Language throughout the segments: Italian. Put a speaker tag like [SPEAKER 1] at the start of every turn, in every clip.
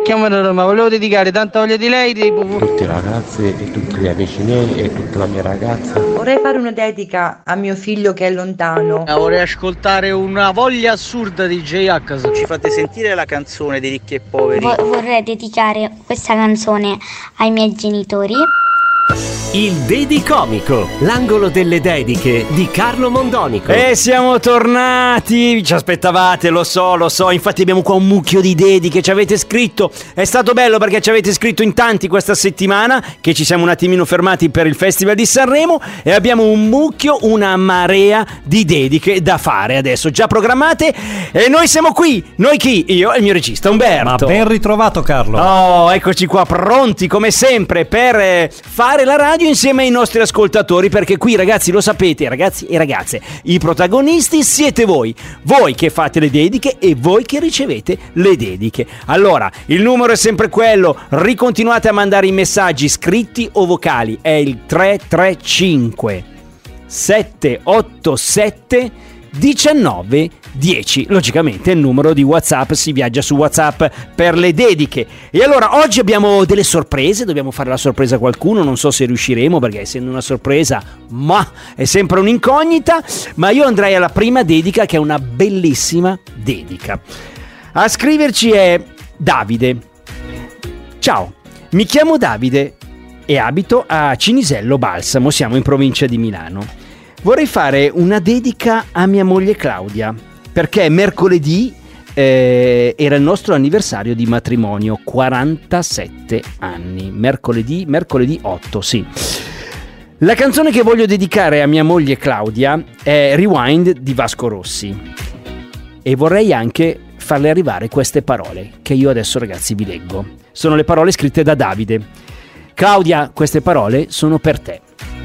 [SPEAKER 1] chiamo da Roma, volevo dedicare tanta voglia di lei
[SPEAKER 2] tutti i ragazzi e tutti gli amici miei e tutta la mia ragazza.
[SPEAKER 3] Vorrei fare una dedica a mio figlio che è lontano.
[SPEAKER 1] Vorrei ascoltare una voglia assurda di J-H.
[SPEAKER 4] Ci fate sentire la canzone dei ricchi e poveri?
[SPEAKER 5] Vorrei dedicare questa canzone ai miei genitori.
[SPEAKER 6] Il Dedicomico, l'angolo delle dediche di Carlo Mondonico.
[SPEAKER 7] E siamo tornati, ci aspettavate, lo so, infatti abbiamo qua un mucchio di dediche, ci avete scritto, è stato bello perché ci avete scritto in tanti questa settimana, che ci siamo un attimino fermati per il Festival di Sanremo e abbiamo un mucchio, una marea di dediche da fare adesso, già programmate, e noi siamo qui, noi chi? Io e il mio regista Umberto.
[SPEAKER 8] Ma ben ritrovato Carlo.
[SPEAKER 7] Oh, eccoci qua pronti come sempre per fare la radio insieme ai nostri ascoltatori, perché qui ragazzi, lo sapete, ragazzi e ragazze, i protagonisti siete voi che fate le dediche e voi che ricevete le dediche. Allora, il numero è sempre quello, ricontinuate a mandare i messaggi scritti o vocali, è il 335 787 1910. Logicamente il numero di WhatsApp, si viaggia su WhatsApp per le dediche. E allora oggi abbiamo delle sorprese, dobbiamo fare la sorpresa a qualcuno, non so se riusciremo perché essendo una sorpresa è sempre un'incognita, ma io andrei alla prima dedica, che è una bellissima dedica. A scriverci è Davide. Ciao, mi chiamo Davide e abito a Cinisello Balsamo, siamo in provincia di Milano. Vorrei fare una dedica a mia moglie Claudia, perché mercoledì era il nostro anniversario di matrimonio, 47 anni, mercoledì 8, sì. La canzone che voglio dedicare a mia moglie Claudia è Rewind di Vasco Rossi, e vorrei anche farle arrivare queste parole che io adesso ragazzi vi leggo. Sono le parole scritte da Davide. Claudia, queste parole sono per te.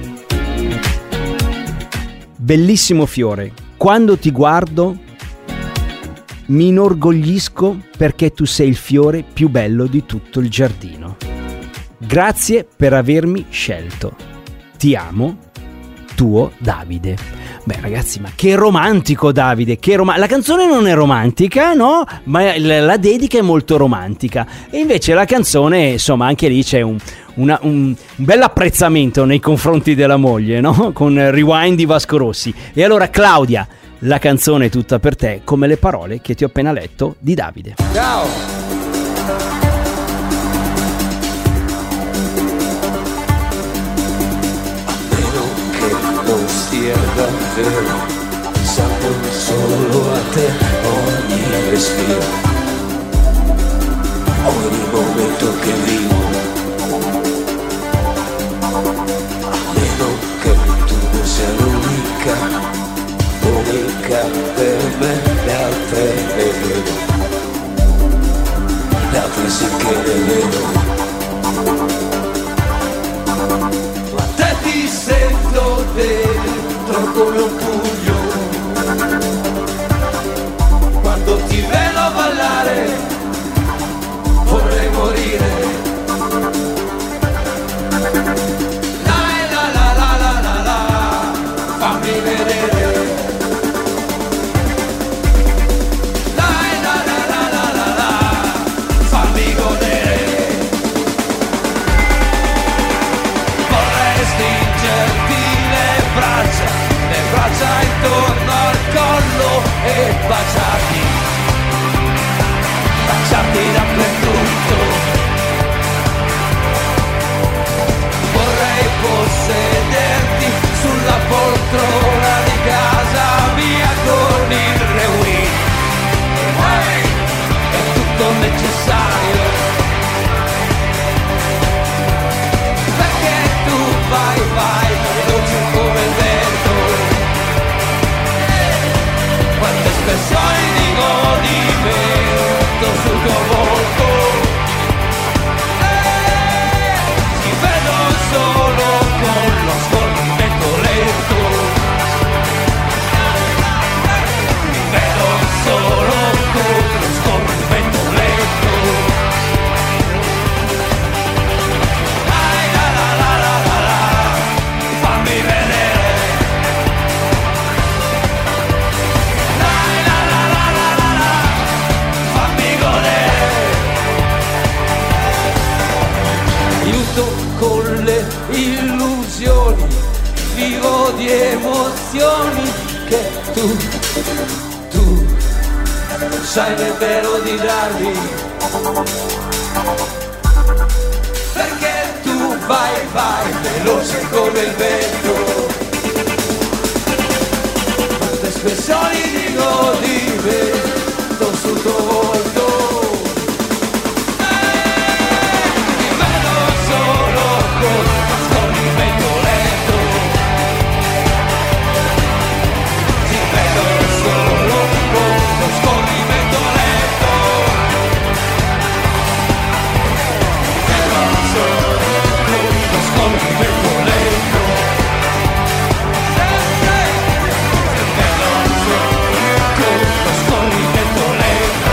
[SPEAKER 7] Bellissimo fiore, quando ti guardo mi inorgoglisco perché tu sei il fiore più bello di tutto il giardino. Grazie per avermi scelto. Ti amo, tuo Davide. Beh ragazzi, ma che romantico Davide, la canzone non è romantica, no? Ma la dedica è molto romantica. E invece la canzone, insomma, anche lì c'è un bel apprezzamento nei confronti della moglie, no? Con Rewind di Vasco Rossi. E allora Claudia, la canzone è tutta per te, come le parole che ti ho appena letto di Davide.
[SPEAKER 9] Ciao! Non stia davvero pensando solo a te, ogni respiro, ogni momento che vivo. A meno che tu non sia l'unica per me, le altre le vedo, le altre sì che le vedo. Ma te ti sento dentro come un pugno, quando ti vedo ballare vorrei morire. La la la la la la la, fammi vedere. La la la la la la la, fammi godere. Vorrei stringerti le braccia aiuto con le illusioni, vivo di emozioni che tu sai nemmeno di darmi, perché tu vai veloce come il vento. Quante espressioni dico di me sul tuo volto. Ti vedo solo con scorrimento lento. Ti vedo solo con scorrimento lento. Ti vedo solo con scorrimento lento. Sempre ti vedo solo con scorrimento lento.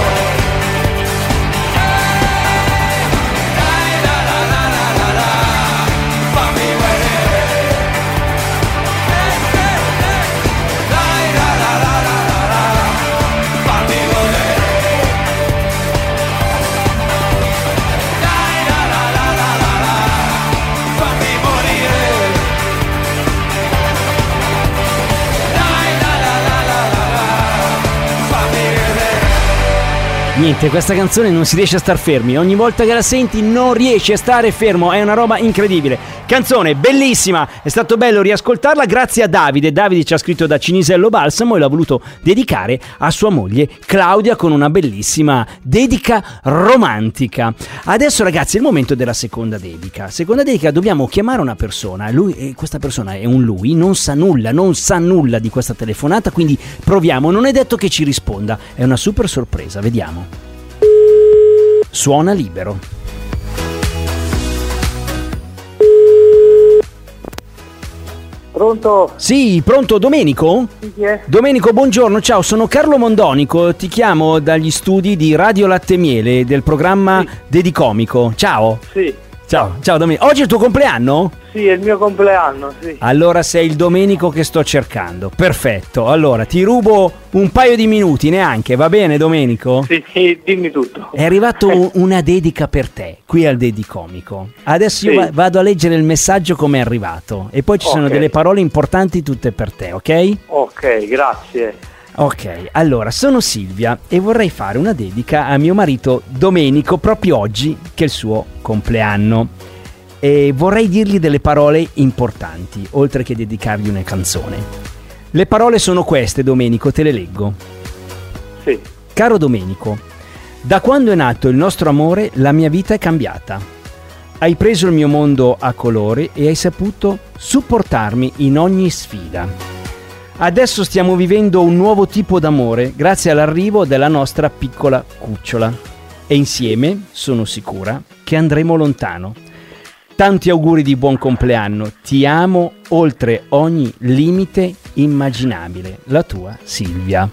[SPEAKER 9] Dai la la la la la la, fammi vedere. Dai la la la la la la, fammi godere. Dai la la la la la la, fammi morire. Dai la la la la la la, fammi vedere.
[SPEAKER 7] Niente, questa canzone non si riesce a star fermi. Ogni volta che la senti non riesci a stare fermo. È una roba incredibile. Canzone bellissima. È stato bello riascoltarla grazie a Davide. Davide ci ha scritto da Cinisello Balsamo e l'ha voluto dedicare a sua moglie Claudia con una bellissima dedica romantica. Adesso ragazzi è il momento della seconda dedica. Seconda dedica, dobbiamo chiamare una persona. Questa persona è un lui, non sa nulla di questa telefonata, quindi proviamo. Non è detto che ci risponda. È una super sorpresa, vediamo. Suona libero.
[SPEAKER 8] Pronto?
[SPEAKER 7] Sì, pronto, Domenico?
[SPEAKER 8] Sì, chi è?
[SPEAKER 7] Domenico, buongiorno, ciao, sono Carlo Mondonico, ti chiamo dagli studi di Radio Latte e Miele del programma Dedicomico. Ciao.
[SPEAKER 8] Sì.
[SPEAKER 7] Ciao Domenico. Oggi è il tuo compleanno?
[SPEAKER 8] Sì, è il mio compleanno, sì.
[SPEAKER 7] Allora sei il Domenico che sto cercando. Perfetto. Allora ti rubo un paio di minuti, neanche, va bene Domenico?
[SPEAKER 8] Sì, dimmi tutto.
[SPEAKER 7] È arrivato una dedica per te, qui al Dedicomico. Adesso
[SPEAKER 8] Sì.
[SPEAKER 7] io vado a leggere il messaggio come è arrivato e poi ci sono
[SPEAKER 8] Ok.
[SPEAKER 7] delle parole importanti tutte per te, ok?
[SPEAKER 8] Ok, grazie.
[SPEAKER 7] Ok, allora sono Silvia e vorrei fare una dedica a mio marito Domenico proprio oggi che è il suo compleanno e vorrei dirgli delle parole importanti oltre che dedicargli una canzone. Le parole sono queste, Domenico, te le leggo.
[SPEAKER 8] Sì.
[SPEAKER 7] Caro Domenico, da quando è nato il nostro amore la mia vita è cambiata. Hai preso il mio mondo a colori e hai saputo supportarmi in ogni sfida. Adesso stiamo vivendo un nuovo tipo d'amore grazie all'arrivo della nostra piccola cucciola e insieme sono sicura che andremo lontano. Tanti auguri di buon compleanno, ti amo oltre ogni limite immaginabile. La tua Silvia.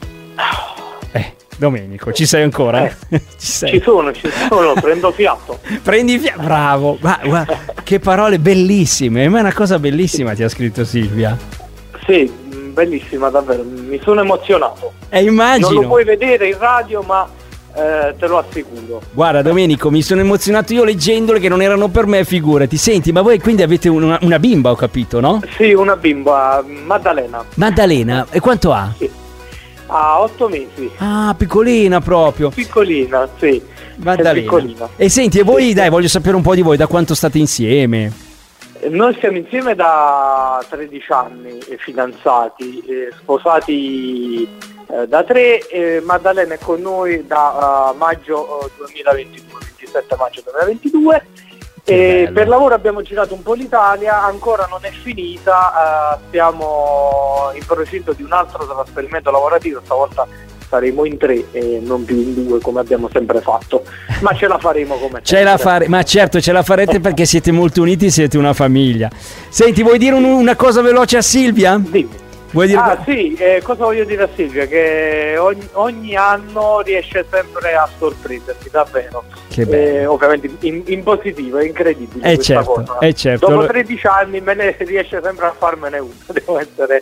[SPEAKER 7] Domenico, ci sei ancora? Ci sei.
[SPEAKER 8] Ci sono, prendo fiato.
[SPEAKER 7] Prendi fiato, bravo. Guarda, che parole bellissime, ma è una cosa bellissima ti ha scritto Silvia.
[SPEAKER 8] Sì, bellissima davvero, mi sono emozionato.
[SPEAKER 7] Immagino.
[SPEAKER 8] Non lo puoi vedere in radio, ma te lo assicuro.
[SPEAKER 7] Guarda Domenico, mi sono emozionato io leggendole che non erano per me, figurati. Senti, ma voi quindi avete una bimba, ho capito, no?
[SPEAKER 8] Sì, una bimba, Maddalena.
[SPEAKER 7] Maddalena, e quanto ha?
[SPEAKER 8] Sì. Ha 8 mesi.
[SPEAKER 7] Ah, piccolina proprio.
[SPEAKER 8] Piccolina, sì.
[SPEAKER 7] Maddalena.
[SPEAKER 8] È piccolina.
[SPEAKER 7] E senti, e voi, dai, voglio sapere un po' di voi, da quanto state insieme?
[SPEAKER 8] Noi stiamo insieme da 13 anni, fidanzati, sposati da 3, Maddalena è con noi da maggio 2022, 27 maggio 2022. E per lavoro abbiamo girato un po' l'Italia, ancora non è finita, stiamo in procinto di un altro trasferimento lavorativo, stavolta saremo in 3 e non più in 2 come abbiamo sempre fatto, ma ce la faremo come sempre.
[SPEAKER 7] Ma certo ce la farete perché siete molto uniti, siete una famiglia. Senti, vuoi dire una cosa veloce a Silvia?
[SPEAKER 8] Dimmi.
[SPEAKER 7] Vuoi dire...
[SPEAKER 8] Sì, cosa voglio dire a Silvia? Che ogni anno riesce sempre a sorprendermi, davvero.
[SPEAKER 7] Che bello.
[SPEAKER 8] Ovviamente in positivo, è incredibile questa
[SPEAKER 7] certo,
[SPEAKER 8] cosa.
[SPEAKER 7] certo.
[SPEAKER 8] Dopo 13 anni me ne riesce sempre a farmene una, devo essere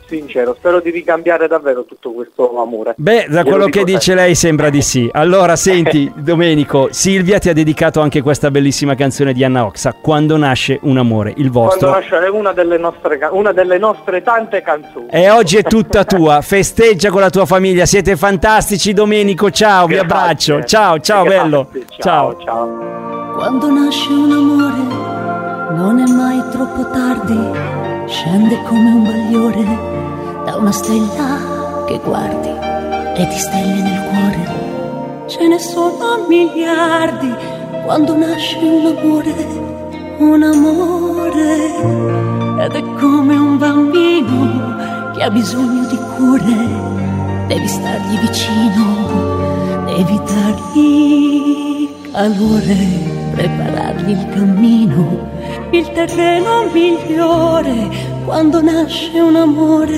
[SPEAKER 8] sincero, spero di ricambiare davvero tutto questo amore.
[SPEAKER 7] Beh, da quello che dice lei sembra di sì. Allora, senti, Domenico, Silvia ti ha dedicato anche questa bellissima canzone di Anna Oxa, Quando nasce un amore, il vostro.
[SPEAKER 8] Quando nasce è una delle nostre tante canzoni.
[SPEAKER 7] E oggi è tutta tua, festeggia con la tua famiglia, siete fantastici, Domenico, ciao, vi abbraccio, ciao,
[SPEAKER 8] Grazie,
[SPEAKER 7] bello, ciao.
[SPEAKER 10] Quando nasce un amore non è mai troppo tardi, scende come un bagliore da una stella che guardi e di stelle nel cuore ce ne sono miliardi. Quando nasce un amore, ed è come un bambino che ha bisogno di cure, devi stargli vicino, devi dargli calore, preparargli il cammino, il terreno migliore. Quando nasce un amore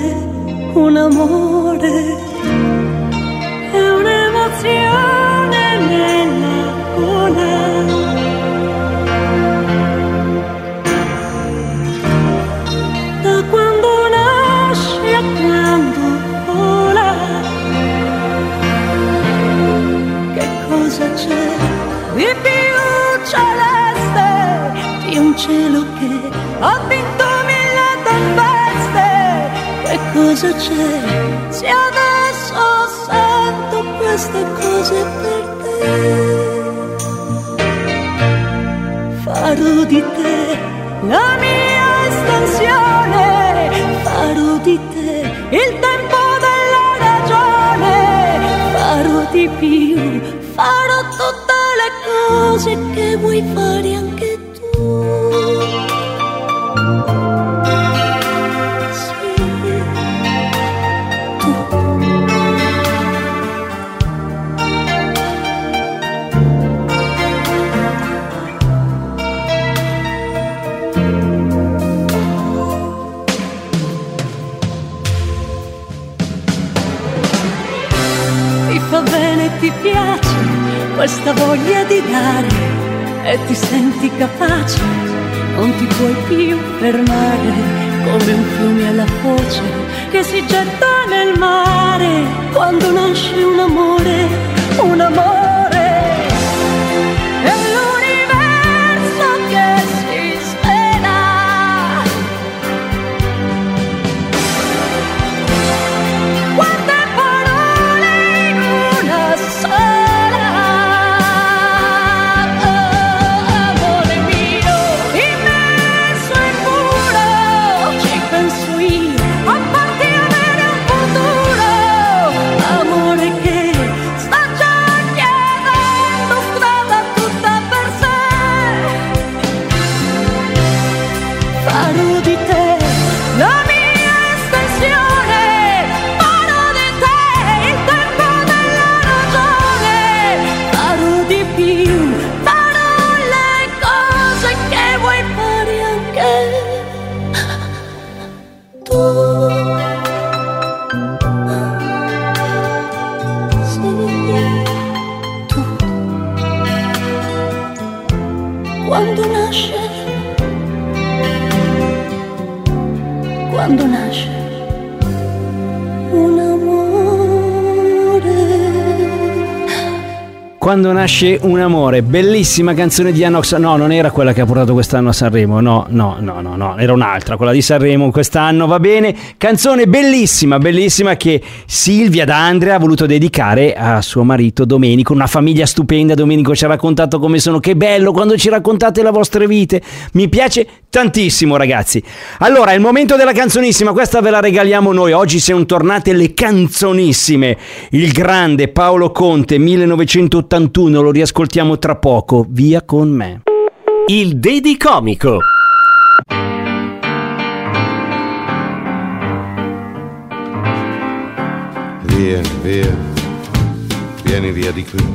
[SPEAKER 10] è un'emozione nella gola. Da quando nasce a quando vola, che cosa c'è di più celeste di un cielo che ha vinto 1000 tempeste? Che cosa c'è se adesso sento queste cose per te? Farò di te la mia estensione, farò di te il tempo della ragione, farò di più, farò tutte le cose che vuoi fare anche tu. Sì, tu. Ti fa bene, ti piace questa voglia di dare e ti senti capace, non ti puoi più fermare, come un fiume alla foce che si getta nel mare. Quando nasce un amore è l'universo che si svela. Quante parole in una sola. Amore mio, immenso e puro, ci penso io, a farti avere un futuro. Amore che sta già chiedendo strada tutta per sé. Farò di te la mia estensione, farò di te il tempo della ragione, farò di più, farò le cose che vuoi fare anche tu. Sì, tu. Quando nasce un amore.
[SPEAKER 7] Quando nasce un amore, bellissima canzone di Anna Oxa. No, non era quella che ha portato quest'anno a Sanremo, no, era un'altra, quella di Sanremo quest'anno, va bene. Canzone bellissima che Silvia da Andrea ha voluto dedicare a suo marito Domenico, una famiglia stupenda. Domenico ci ha raccontato come sono, che bello quando ci raccontate le vostre vite, mi piace tantissimo, ragazzi. Allora, è il momento della canzonissima, questa ve la regaliamo noi. Oggi sono tornate le canzonissime. Il grande Paolo Conte, 1981, lo riascoltiamo tra poco. Via con me.
[SPEAKER 6] Il Dedicomico.
[SPEAKER 11] Vieni via di qui.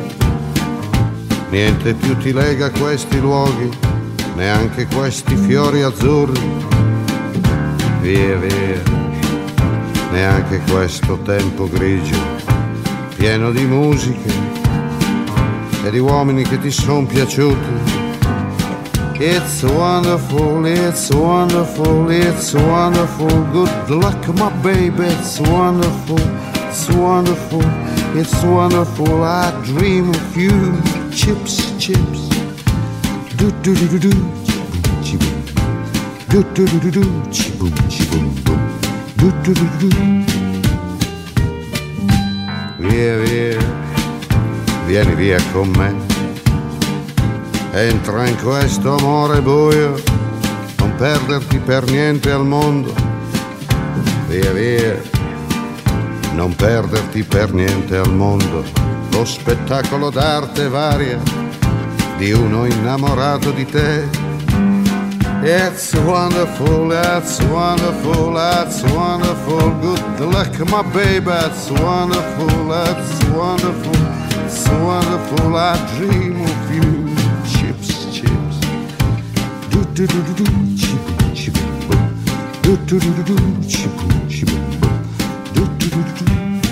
[SPEAKER 11] Niente più ti lega a questi luoghi, neanche questi fiori azzurri. Via, neanche questo tempo grigio, pieno di musiche e di uomini che ti son piaciuti. It's wonderful, it's wonderful, it's wonderful. Good luck, my baby, it's wonderful, it's wonderful, it's wonderful. I dream of you, chips, chips. Do do do do do, chi-boom, do do do do do, chi-boom, chi-boom, boom. Do do do do. Via, via, vieni via con me. Entra in questo amore buio, non perderti per niente al mondo. Via, via, non perderti per niente al mondo. Lo spettacolo d'arte varia di uno innamorato di te. It's wonderful, that's wonderful, that's wonderful. Good luck, my baby, that's wonderful, that's wonderful, it's wonderful. I dream of you, chips, chips. Do do do do do, chi-boom, chi-boom, boom. Do do do do do, chi-boom, chi-boom, boom. Do do do do do.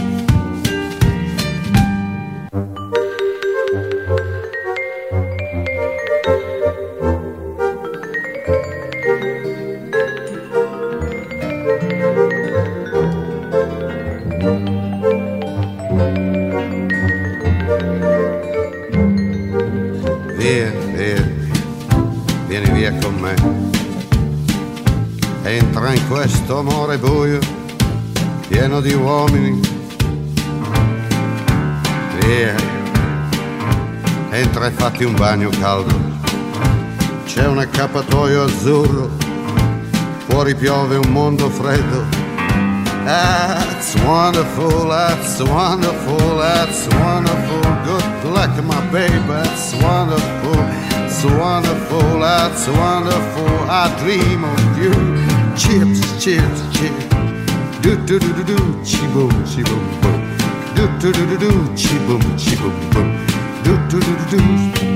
[SPEAKER 11] Vieni via con me. Entra in questo amore buio, pieno di uomini. Via, entra e fatti un bagno caldo. C'è un accappatoio azzurro, fuori piove un mondo freddo. That's wonderful, that's wonderful, that's wonderful. Good luck, my baby, that's wonderful, it's wonderful, that's wonderful. I dream of you, chips, chips, chips. Do do do do do, chi-boom, chi-boom, boom. Do do do do do, chi-boom, chi-boom, boom. Do do do do do.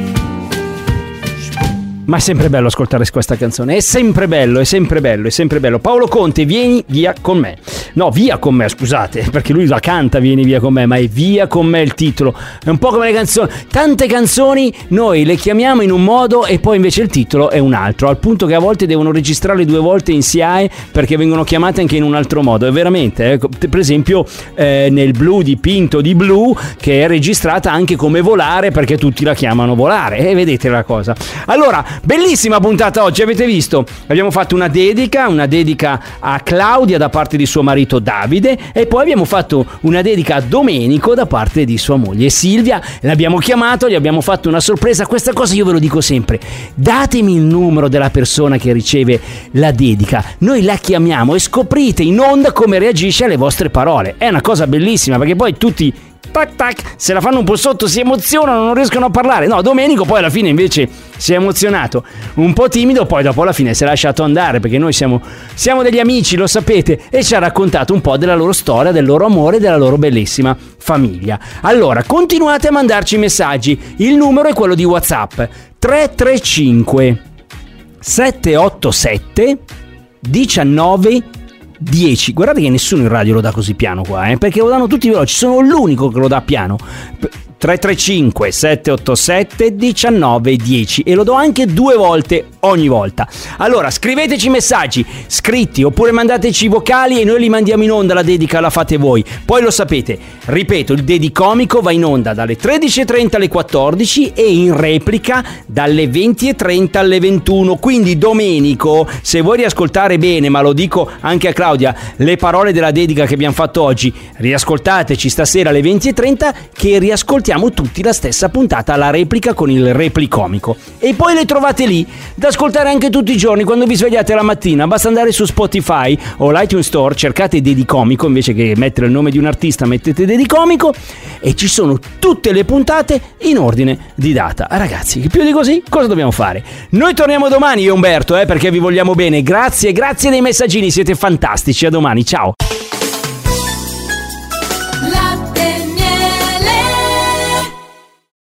[SPEAKER 7] Ma è sempre bello ascoltare questa canzone, è sempre bello, è sempre bello, è sempre bello. Paolo Conte, vieni via con me. No, via con me, scusate, perché lui la canta Vieni via con me, ma è Via con me il titolo. È un po' come le canzoni. Tante canzoni noi le chiamiamo in un modo e poi invece il titolo è un altro, al punto che a volte devono registrarle 2 volte in SIAE perché vengono chiamate anche in un altro modo. È veramente, per esempio nel Blu di Pinto di Blu, che è registrata anche come Volare perché tutti la chiamano Volare, e vedete la cosa. Allora, bellissima puntata oggi, avete visto? Abbiamo fatto una dedica a Claudia da parte di suo marito Davide, e poi abbiamo fatto una dedica a Domenico da parte di sua moglie Silvia. L'abbiamo chiamato, gli abbiamo fatto una sorpresa. Questa cosa io ve lo dico sempre: datemi il numero della persona che riceve la dedica, noi la chiamiamo e scoprite in onda come reagisce alle vostre parole. È una cosa bellissima, perché poi tutti tac tac, se la fanno un po' sotto si emozionano, non riescono a parlare. No, Domenico poi alla fine invece si è emozionato, un po' timido, poi dopo alla fine si è lasciato andare, perché noi siamo degli amici, lo sapete, e ci ha raccontato un po' della loro storia, del loro amore, della loro bellissima famiglia. Allora, continuate a mandarci messaggi, il numero è quello di WhatsApp 335 787 19 10. Guardate che nessuno in radio lo dà così piano qua, perché lo danno tutti veloci, sono l'unico che lo dà piano. 335 787 19 10, e lo do anche 2 volte ogni volta. Allora, scriveteci messaggi scritti oppure mandateci vocali e noi li mandiamo in onda. La dedica la fate voi. Poi lo sapete, ripeto, il Dedicomico va in onda dalle 13:30 alle 14 e in replica dalle 20:30 alle 21. Quindi Domenico, se vuoi riascoltare bene, ma lo dico anche a Claudia, le parole della dedica che abbiamo fatto oggi, riascoltateci stasera alle 20:30, che riascoltiamo tutti la stessa puntata, la replica con il Replicomico, e poi le trovate lì da ascoltare anche tutti i giorni quando vi svegliate la mattina. Basta andare su Spotify o l'iTunes Store, cercate Dedicomico, invece che mettere il nome di un artista mettete Dedicomico, e ci sono tutte le puntate in ordine di data. Ragazzi, più di così cosa dobbiamo fare? Noi torniamo domani, io e Umberto, perché vi vogliamo bene. Grazie dei messaggini, siete fantastici. A domani, ciao.